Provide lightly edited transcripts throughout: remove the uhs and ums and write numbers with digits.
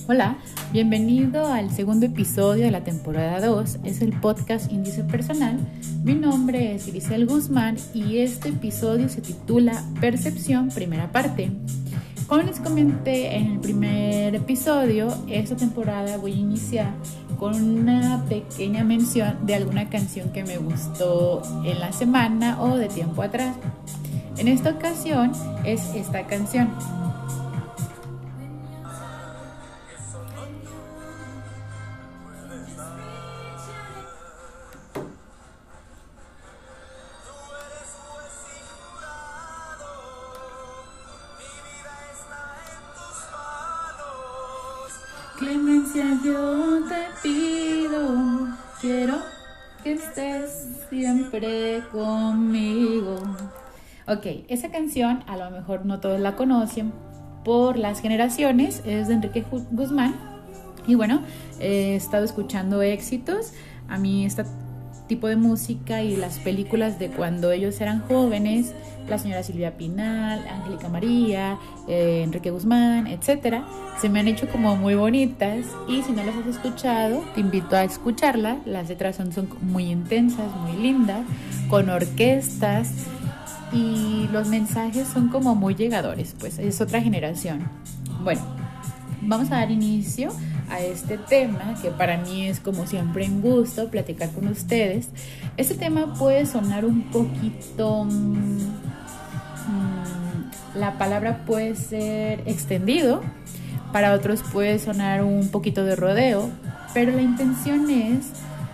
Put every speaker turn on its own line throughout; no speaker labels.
Hola, bienvenido al segundo episodio de la temporada 2, es el podcast Índice Personal. Mi nombre es Grisel Guzmán y este episodio se titula Percepción, primera parte. Como les comenté en el primer episodio, esta temporada voy a iniciar con una pequeña mención de alguna canción que me gustó en la semana o de tiempo atrás. En esta ocasión es esta canción. Clemencia, yo te pido, quiero que estés siempre conmigo. Ok, esa canción a lo mejor no todos la conocen por las generaciones, es de Enrique Guzmán. Y bueno, he estado escuchando éxitos. A mí este tipo de música y las películas de cuando ellos eran jóvenes, la señora Silvia Pinal, Angélica María, Enrique Guzmán, etcétera, se me han hecho como muy bonitas, y si no las has escuchado, te invito a escucharlas. Las letras son muy intensas, muy lindas, con orquestas, y los mensajes son como muy llegadores, pues es otra generación. Bueno, vamos a dar inicio a este tema que para mí es como siempre un gusto platicar con ustedes. Este tema puede sonar un poquito, la palabra puede ser extendido, para otros puede sonar un poquito de rodeo, pero la intención es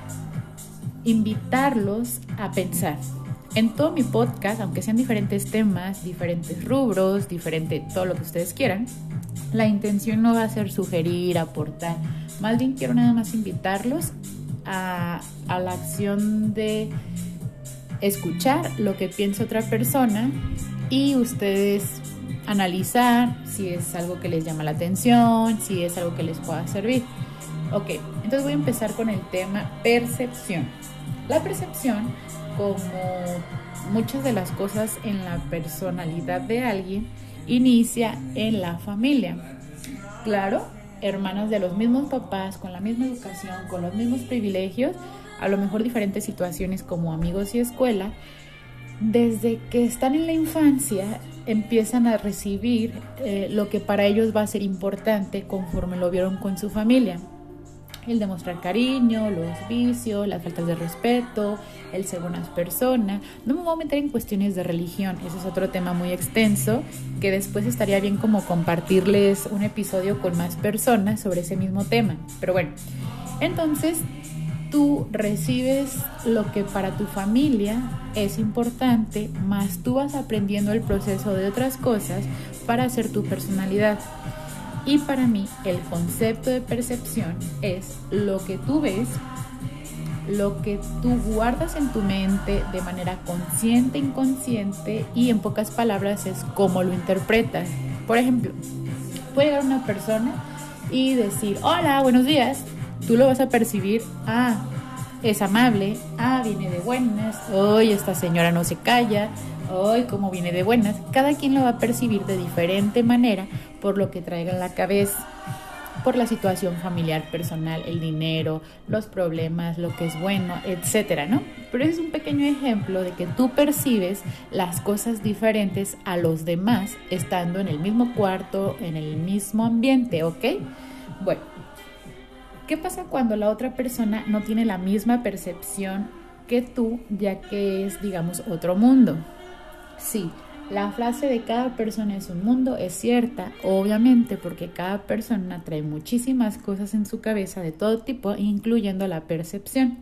invitarlos a pensar. En todo mi podcast, aunque sean diferentes temas, diferentes rubros, diferente todo lo que ustedes quieran, la intención no va a ser sugerir, aportar. Más bien quiero nada más invitarlos a la acción de escuchar lo que piensa otra persona y ustedes analizar si es algo que les llama la atención, si es algo que les pueda servir. Ok, entonces voy a empezar con el tema percepción. La percepción, como muchas de las cosas en la personalidad de alguien, inicia en la familia. Claro, hermanos de los mismos papás, con la misma educación, con los mismos privilegios, a lo mejor diferentes situaciones como amigos y escuela. Desde que están en la infancia empiezan a recibir lo que para ellos va a ser importante conforme lo vieron con su familia. El demostrar cariño, los vicios, las faltas de respeto, el ser buenas personas. No me voy a meter en cuestiones de religión, ese es otro tema muy extenso que después estaría bien como compartirles un episodio con más personas sobre ese mismo tema. Pero bueno, entonces tú recibes lo que para tu familia es importante, más tú vas aprendiendo el proceso de otras cosas para hacer tu personalidad. Y para mí el concepto de percepción es lo que tú ves, lo que tú guardas en tu mente de manera consciente, inconsciente, y en pocas palabras es cómo lo interpretas. Por ejemplo, puede llegar una persona y decir, hola, buenos días. Tú lo vas a percibir, es amable, viene de buenas, hoy esta señora no se calla, hoy cómo viene de buenas. Cada quien lo va a percibir de diferente manera por lo que traiga en la cabeza, por la situación familiar, personal, el dinero, los problemas, lo que es bueno, etcétera, ¿no? Pero es un pequeño ejemplo de que tú percibes las cosas diferentes a los demás estando en el mismo cuarto, en el mismo ambiente, ¿ok? Bueno, ¿qué pasa cuando la otra persona no tiene la misma percepción que tú, ya que es, digamos, otro mundo? Sí, la frase de cada persona es un mundo es cierta, obviamente, porque cada persona trae muchísimas cosas en su cabeza de todo tipo, incluyendo la percepción.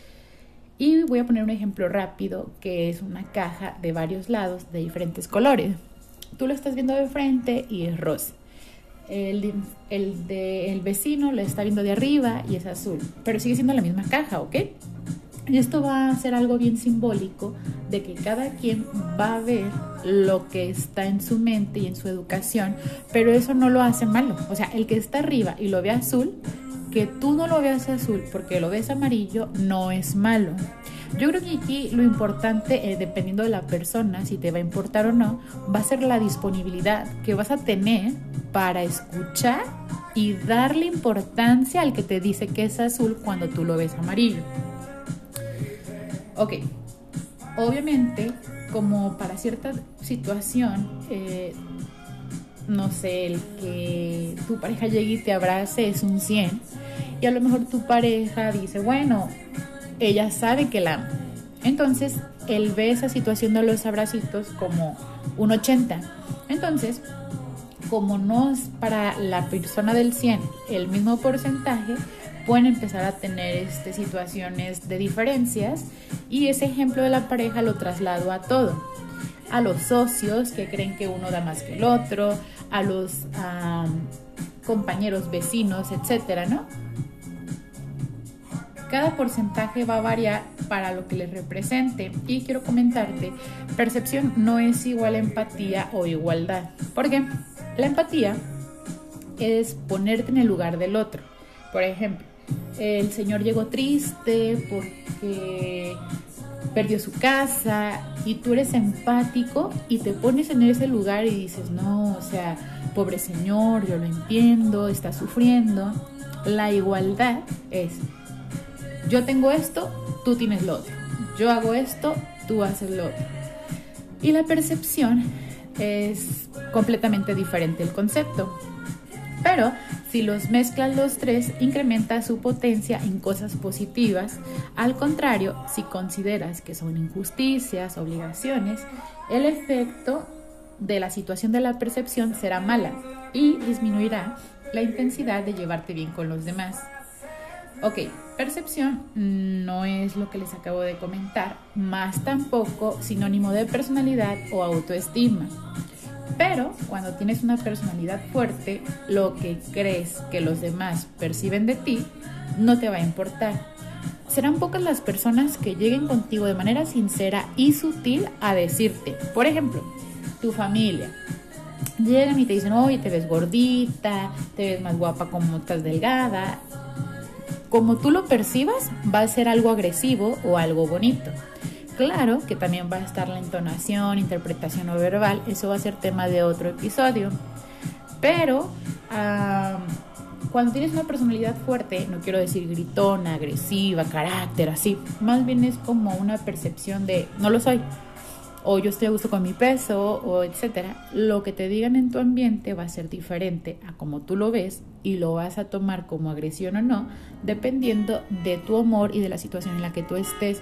Y voy a poner un ejemplo rápido, que es una caja de varios lados de diferentes colores. Tú lo estás viendo de frente y es rosa. El vecino lo está viendo de arriba y es azul, pero sigue siendo la misma caja, ¿ok? Y esto va a ser algo bien simbólico de que cada quien va a ver lo que está en su mente y en su educación, pero eso no lo hace malo. O sea, el que está arriba y lo ve azul, que tú no lo veas azul porque lo ves amarillo, no es malo. Yo creo que aquí lo importante, dependiendo de la persona, si te va a importar o no, va a ser la disponibilidad que vas a tener para escuchar y darle importancia al que te dice que es azul cuando tú lo ves amarillo. Ok, obviamente, como para cierta situación, no sé, el que tu pareja llegue y te abrace es un 100, y a lo mejor tu pareja dice, bueno, ella sabe que la ama. Entonces, él ve esa situación de los abracitos como un 80. Entonces, como no es para la persona del 100 el mismo porcentaje, pueden empezar a tener situaciones de diferencias, y ese ejemplo de la pareja lo traslado a todo. A los socios que creen que uno da más que el otro, a los compañeros, vecinos, etcétera, ¿no? Cada porcentaje va a variar para lo que les represente, y quiero comentarte, percepción no es igual a empatía o igualdad. ¿Por qué? La empatía es ponerte en el lugar del otro. Por ejemplo, el señor llegó triste porque perdió su casa, y tú eres empático y te pones en ese lugar y dices, no, o sea, pobre señor, yo lo entiendo, está sufriendo. La igualdad es, yo tengo esto, tú tienes lo otro. Yo hago esto, tú haces lo otro. Y la percepción es completamente diferente el concepto. Pero si los mezclas los tres, incrementa su potencia en cosas positivas. Al contrario, si consideras que son injusticias, obligaciones, el efecto de la situación de la percepción será mala y disminuirá la intensidad de llevarte bien con los demás. Ok, percepción no es lo que les acabo de comentar, más tampoco sinónimo de personalidad o autoestima. Pero cuando tienes una personalidad fuerte, lo que crees que los demás perciben de ti no te va a importar. Serán pocas las personas que lleguen contigo de manera sincera y sutil a decirte, por ejemplo, tu familia. Llegan y te dicen, oye, te ves gordita, te ves más guapa como estás delgada. Como tú lo percibas, va a ser algo agresivo o algo bonito. Claro que también va a estar la entonación, interpretación no verbal, eso va a ser tema de otro episodio. Pero cuando tienes una personalidad fuerte, no quiero decir gritona, agresiva, carácter, así, más bien es como una percepción de no lo soy, o yo estoy a gusto con mi peso, o etcétera. Lo que te digan en tu ambiente va a ser diferente a como tú lo ves, y lo vas a tomar como agresión o no, dependiendo de tu humor y de la situación en la que tú estés.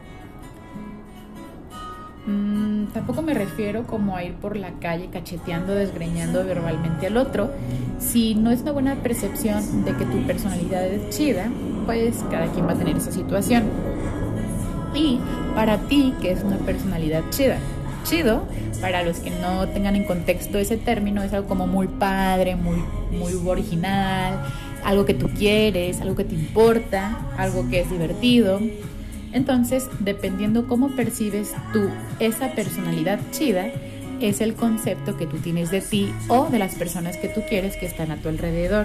Tampoco me refiero como a ir por la calle cacheteando, desgreñando verbalmente al otro. Si no es una buena percepción de que tu personalidad es chida, pues cada quien va a tener esa situación. Y para ti, ¿qué es una personalidad chida? Chido, para los que no tengan en contexto ese término, es algo como muy padre, muy original, algo que tú quieres, algo que te importa, algo que es divertido. Entonces, dependiendo cómo percibes tú esa personalidad chida, es el concepto que tú tienes de ti o de las personas que tú quieres que están a tu alrededor.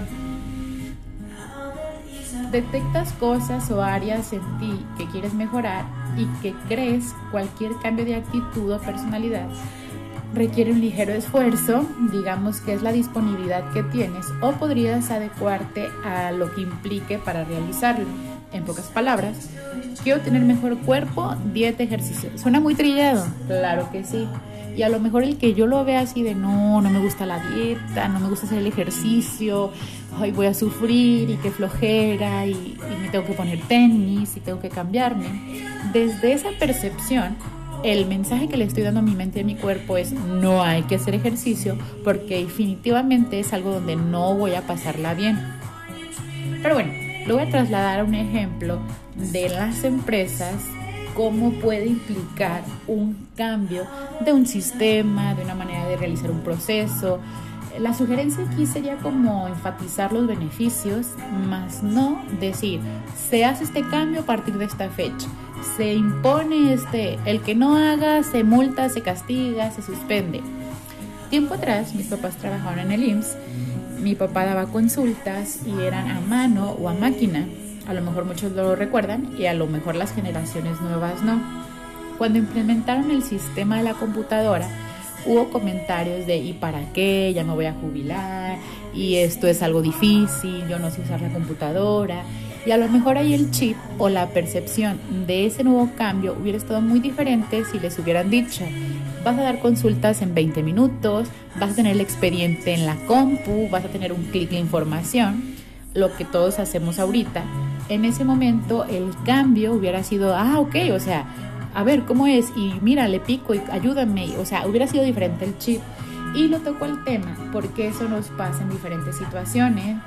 Detectas cosas o áreas en ti que quieres mejorar y que crees cualquier cambio de actitud o personalidad requiere un ligero esfuerzo, digamos que es la disponibilidad que tienes, o podrías adecuarte a lo que implique para realizarlo. En pocas palabras, quiero tener mejor cuerpo, dieta, ejercicio. ¿Suena muy trillado? Claro que sí. Y a lo mejor el que yo lo vea así de no me gusta la dieta, no me gusta hacer el ejercicio, ay, voy a sufrir y qué flojera y me tengo que poner tenis y tengo que cambiarme. Desde esa percepción, el mensaje que le estoy dando a mi mente y a mi cuerpo es no hay que hacer ejercicio porque definitivamente es algo donde no voy a pasarla bien. Pero bueno, lo voy a trasladar a un ejemplo de las empresas, cómo puede implicar un cambio de un sistema, de una manera de realizar un proceso. La sugerencia aquí sería como enfatizar los beneficios, más no decir, se hace este cambio a partir de esta fecha, se impone el que no haga, se multa, se castiga, se suspende. Tiempo atrás, mis papás trabajaban en el IMSS, mi papá daba consultas y eran a mano o a máquina. A lo mejor muchos lo recuerdan y a lo mejor las generaciones nuevas no. Cuando implementaron el sistema de la computadora, hubo comentarios de ¿y para qué? Ya me voy a jubilar y esto es algo difícil, yo no sé usar la computadora. Y a lo mejor ahí el chip o la percepción de ese nuevo cambio hubiera estado muy diferente si les hubieran dicho: vas a dar consultas en 20 minutos, vas a tener el expediente en la compu, vas a tener un clic de información, lo que todos hacemos ahorita. En ese momento el cambio hubiera sido, ok, o sea, a ver, ¿cómo es? Y mira, le pico y ayúdame. O sea, hubiera sido diferente el chip. Y lo tocó el tema, porque eso nos pasa en diferentes situaciones.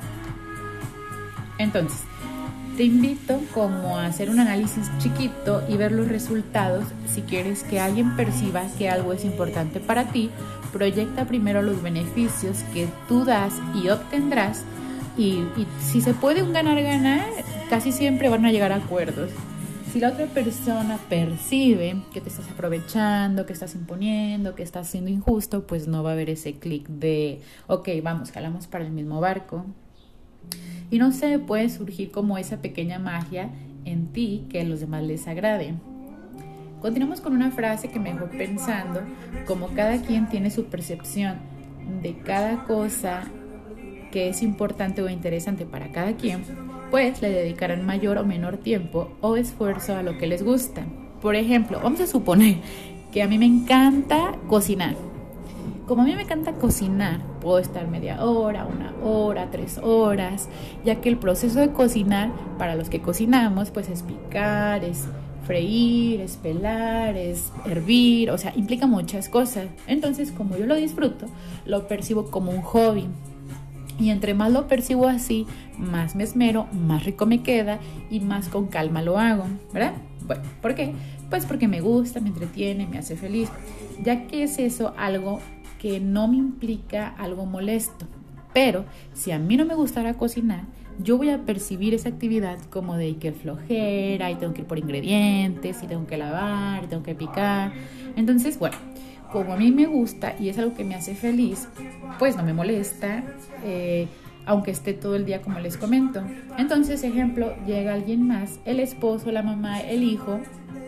Entonces, te invito como a hacer un análisis chiquito y ver los resultados. Si quieres que alguien perciba que algo es importante para ti, proyecta primero los beneficios que tú das y obtendrás. Y si se puede un ganar-ganar, casi siempre van a llegar a acuerdos. Si la otra persona percibe que te estás aprovechando, que estás imponiendo, que estás siendo injusto, pues no va a haber ese clic de, ok, vamos, jalamos para el mismo barco. Y no sé, puede surgir como esa pequeña magia en ti que a los demás les agrade. Continuamos con una frase que me dejó pensando, como cada quien tiene su percepción de cada cosa que es importante o interesante para cada quien, pues le dedicarán mayor o menor tiempo o esfuerzo a lo que les gusta. Por ejemplo, vamos a suponer que a mí me encanta cocinar. Como a mí me encanta cocinar, puedo estar media hora, 1 hora, 3 horas, ya que el proceso de cocinar, para los que cocinamos, pues es picar, es freír, es pelar, es hervir, o sea, implica muchas cosas. Entonces, como yo lo disfruto, lo percibo como un hobby. Y entre más lo percibo así, más me esmero, más rico me queda y más con calma lo hago, ¿verdad? Bueno, ¿por qué? Pues porque me gusta, me entretiene, me hace feliz, ya que es eso algo que no me implica algo molesto. Pero si a mí no me gustara cocinar, yo voy a percibir esa actividad como de que flojera y tengo que ir por ingredientes y tengo que lavar y tengo que picar. Entonces, bueno, como a mí me gusta y es algo que me hace feliz, pues no me molesta, aunque esté todo el día como les comento. Entonces, ejemplo, llega alguien más, el esposo, la mamá, el hijo,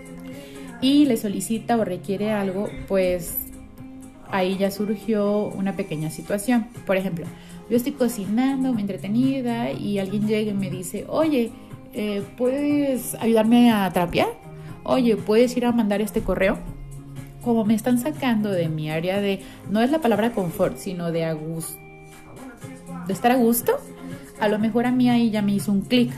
y le solicita o requiere algo, pues ahí ya surgió una pequeña situación. Por ejemplo, yo estoy cocinando, muy entretenida, y alguien llega y me dice, oye, ¿puedes ayudarme a trapear? Oye, ¿puedes ir a mandar este correo? Como me están sacando de mi área de, no es la palabra confort, sino de de estar a gusto, a lo mejor a mí ahí ya me hizo un clic.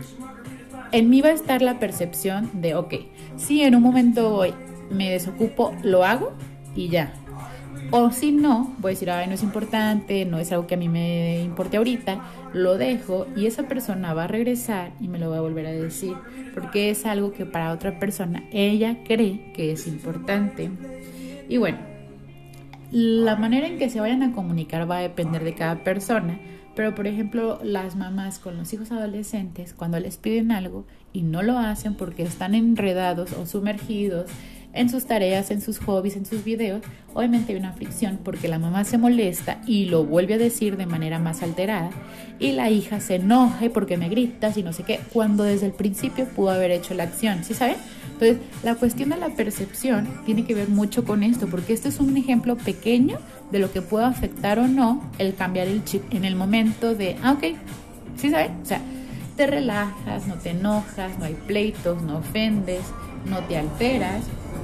En mí va a estar la percepción de, ok, si en un momento voy, me desocupo, lo hago y ya. O si no, voy a decir, no es importante, no es algo que a mí me importe ahorita, lo dejo y esa persona va a regresar y me lo va a volver a decir, porque es algo que para otra persona ella cree que es importante. Y bueno, la manera en que se vayan a comunicar va a depender de cada persona, pero por ejemplo, las mamás con los hijos adolescentes, cuando les piden algo y no lo hacen porque están enredados o sumergidos en sus tareas, en sus hobbies, en sus videos, obviamente hay una fricción porque la mamá se molesta y lo vuelve a decir de manera más alterada y la hija se enoja porque me gritas y no sé qué, cuando desde el principio pudo haber hecho la acción, ¿sí saben? Entonces, la cuestión de la percepción tiene que ver mucho con esto, porque este es un ejemplo pequeño de lo que puede afectar o no el cambiar el chip en el momento de, ok, ¿sí saben? O sea, te relajas, no te enojas, no hay pleitos, no ofendes, no te alteras.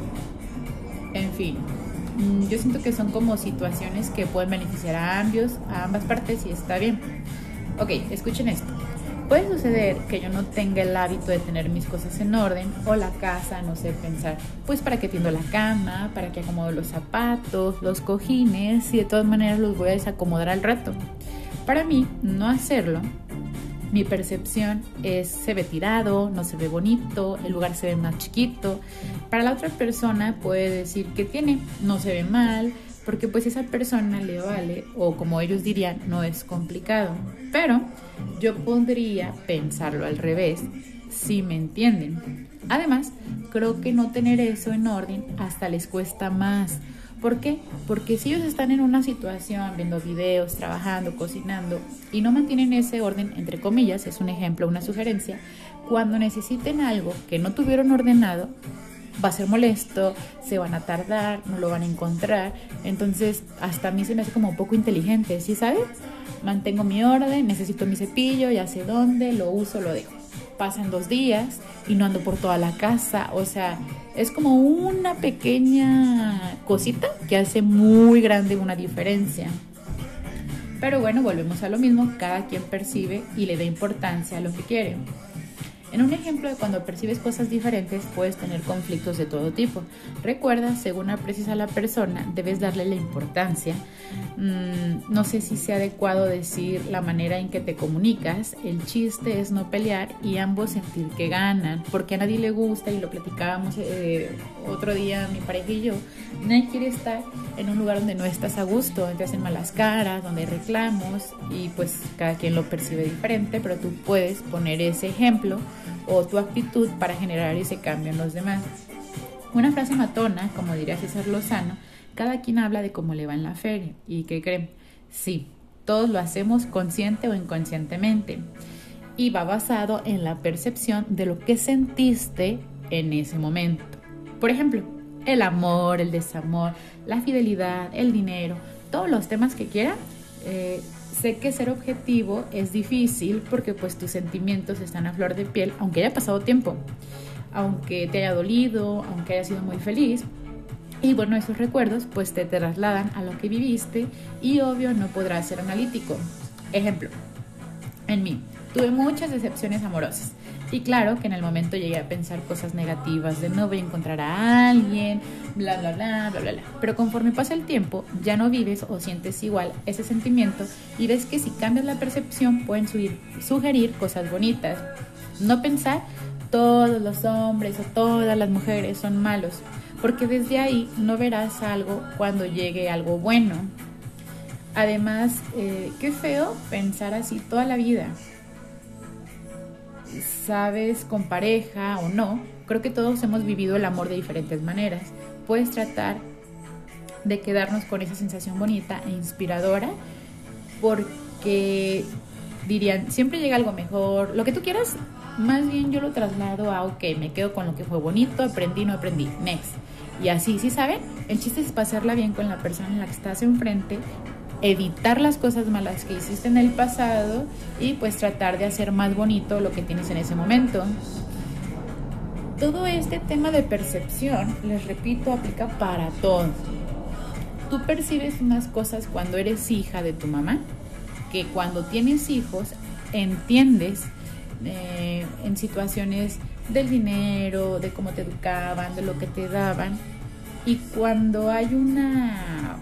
En fin, yo siento que son como situaciones que pueden beneficiar a ambas partes y está bien. Ok, escuchen esto. Puede suceder que yo no tenga el hábito de tener mis cosas en orden o la casa, no sé, pensar, pues para qué tiendo la cama, para qué acomodo los zapatos, los cojines y de todas maneras los voy a desacomodar al rato. Para mí, no hacerlo, mi percepción es, se ve tirado, no se ve bonito, el lugar se ve más chiquito. Para la otra persona puede decir que tiene, no se ve mal, porque pues esa persona le vale, o como ellos dirían, no es complicado. Pero yo podría pensarlo al revés, si me entienden. Además, creo que no tener eso en orden hasta les cuesta más. ¿Por qué? Porque si ellos están en una situación, viendo videos, trabajando, cocinando, y no mantienen ese orden, entre comillas, es un ejemplo, una sugerencia, cuando necesiten algo que no tuvieron ordenado, va a ser molesto, se van a tardar, no lo van a encontrar. Entonces, hasta a mí se me hace como un poco inteligente, ¿sí sabes? mantengo mi orden, necesito mi cepillo, ya sé dónde, lo uso, lo dejo. Pasan 2 días y no ando por toda la casa. O sea, es como una pequeña cosita que hace muy grande una diferencia. Pero bueno, volvemos a lo mismo, cada quien percibe y le da importancia a lo que quiere. En un ejemplo de cuando percibes cosas diferentes, puedes tener conflictos de todo tipo. Recuerda, según aprecies a la persona, debes darle la importancia. No sé si sea adecuado decir la manera en que te comunicas. El chiste es no pelear y ambos sentir que ganan, porque a nadie le gusta, y lo platicábamos otro día mi pareja y yo. Nadie quiere estar en un lugar donde no estás a gusto, donde te hacen malas caras, donde hay reclamos, y pues cada quien lo percibe diferente, pero tú puedes poner ese ejemplo o tu actitud para generar ese cambio en los demás. Una frase matona, como diría César Lozano: cada quien habla de cómo le va en la feria. ¿Y qué creen? Sí, todos lo hacemos consciente o inconscientemente, y va basado en la percepción de lo que sentiste en ese momento. Por ejemplo, el amor, el desamor, la fidelidad, el dinero, todos los temas que quieran. Sé que ser objetivo es difícil porque pues tus sentimientos están a flor de piel, aunque haya pasado tiempo, aunque te haya dolido, aunque haya sido muy feliz. Y bueno, esos recuerdos pues te trasladan a lo que viviste, y obvio no podrás ser analítico. Ejemplo, en mí, tuve muchas decepciones amorosas. Y claro que en el momento llegué a pensar cosas negativas de no voy a encontrar a alguien, bla, bla, bla, bla, bla, bla. Pero conforme pasa el tiempo, ya no vives o sientes igual ese sentimiento, y ves que si cambias la percepción pueden sugerir cosas bonitas. No pensar todos los hombres o todas las mujeres son malos, porque desde ahí no verás algo cuando llegue algo bueno. Además, qué feo pensar así toda la vida. Sabes, con pareja o no, creo que todos hemos vivido el amor de diferentes maneras. Puedes tratar de quedarnos con esa sensación bonita e inspiradora, porque dirían, siempre llega algo mejor, lo que tú quieras. Más bien yo lo traslado a, ok, me quedo con lo que fue bonito, aprendí, no aprendí, next. Y así, ¿sí saben? El chiste es pasarla bien con la persona en la que estás enfrente, evitar las cosas malas que hiciste en el pasado, y pues tratar de hacer más bonito lo que tienes en ese momento. Todo este tema de percepción, les repito, aplica para todo. Tú percibes unas cosas cuando eres hija de tu mamá, que cuando tienes hijos entiendes en situaciones del dinero, de cómo te educaban, de lo que te daban. Y cuando hay una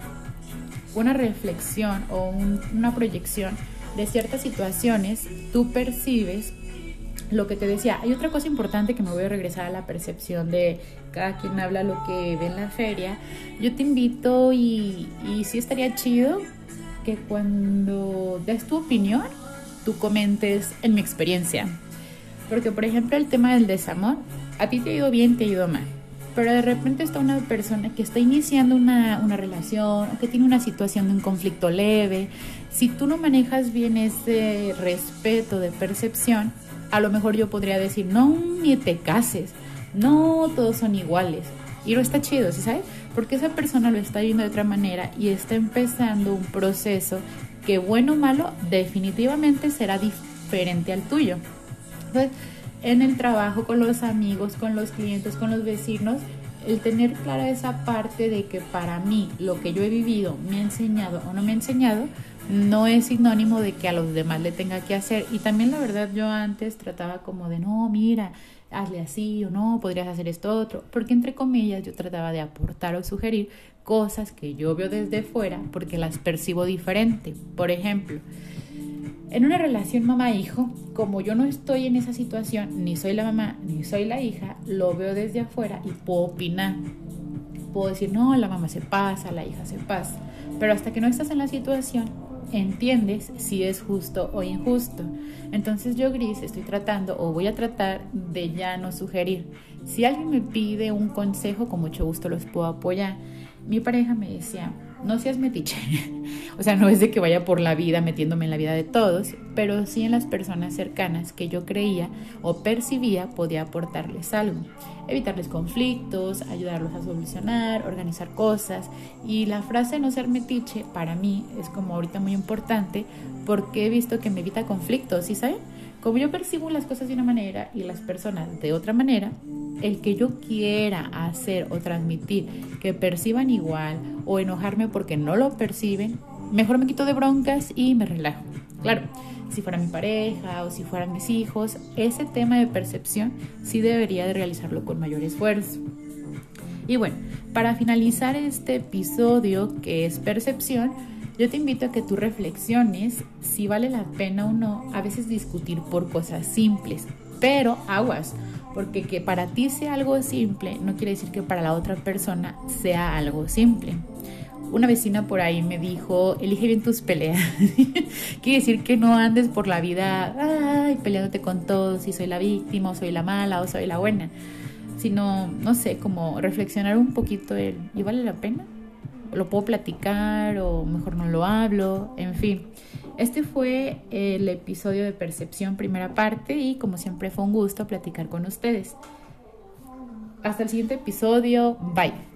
reflexión o una proyección de ciertas situaciones, tú percibes lo que te decía. Hay otra cosa importante que me voy a regresar a la percepción de cada quien habla lo que ve en la feria. Yo te invito, y sí estaría chido que cuando des tu opinión, tú comentes en mi experiencia. Porque, por ejemplo, el tema del desamor, a ti te ha ido bien, te ha ido mal. Pero de repente está una persona que está iniciando una relación, o que tiene una situación de un conflicto leve. Si tú no manejas bien ese respeto de percepción, a lo mejor yo podría decir, no, ni te cases, no, todos son iguales. Y no está chido, ¿sí sabes? Porque esa persona lo está viendo de otra manera y está empezando un proceso que, bueno o malo, definitivamente será diferente al tuyo. Entonces, en el trabajo, con los amigos, con los clientes, con los vecinos, el tener clara esa parte de que para mí lo que yo he vivido me ha enseñado o no me ha enseñado, no es sinónimo de que a los demás le tenga que hacer. Y también la verdad, yo antes trataba como de, no, mira, hazle así, o no, podrías hacer esto otro, porque entre comillas yo trataba de aportar o sugerir cosas que yo veo desde fuera porque las percibo diferente. Por ejemplo, en una relación mamá-hijo, como yo no estoy en esa situación, ni soy la mamá, ni soy la hija, lo veo desde afuera y puedo opinar. Puedo decir, no, la mamá se pasa, la hija se pasa. Pero hasta que no estás en la situación, entiendes si es justo o injusto. Entonces yo, Gris, estoy tratando, o voy a tratar de ya no sugerir. Si alguien me pide un consejo, con mucho gusto los puedo apoyar. Mi pareja me decía, no seas metiche. O sea, no es de que vaya por la vida metiéndome en la vida de todos, pero sí en las personas cercanas que yo creía o percibía podía aportarles algo. Evitarles conflictos, ayudarlos a solucionar, organizar cosas. Y la frase no ser metiche para mí es como ahorita muy importante porque he visto que me evita conflictos, ¿sí saben? Como yo percibo las cosas de una manera y las personas de otra manera, el que yo quiera hacer o transmitir que perciban igual o enojarme porque no lo perciben, mejor me quito de broncas y me relajo. Claro, si fuera mi pareja o si fueran mis hijos, ese tema de percepción sí debería de realizarlo con mayor esfuerzo. Y bueno, para finalizar este episodio que es percepción, yo te invito a que tú reflexiones si vale la pena o no a veces discutir por cosas simples, pero aguas, porque que para ti sea algo simple no quiere decir que para la otra persona sea algo simple. Una vecina por ahí me dijo, elige bien tus peleas. Quiere decir que no andes por la vida peleándote con todos, si soy la víctima o soy la mala o soy la buena, sino, no sé, como reflexionar un poquito ¿y vale la pena? ¿Lo puedo platicar o mejor no lo hablo? En fin, este fue el episodio de Percepción, primera parte, y como siempre fue un gusto platicar con ustedes. Hasta el siguiente episodio, bye.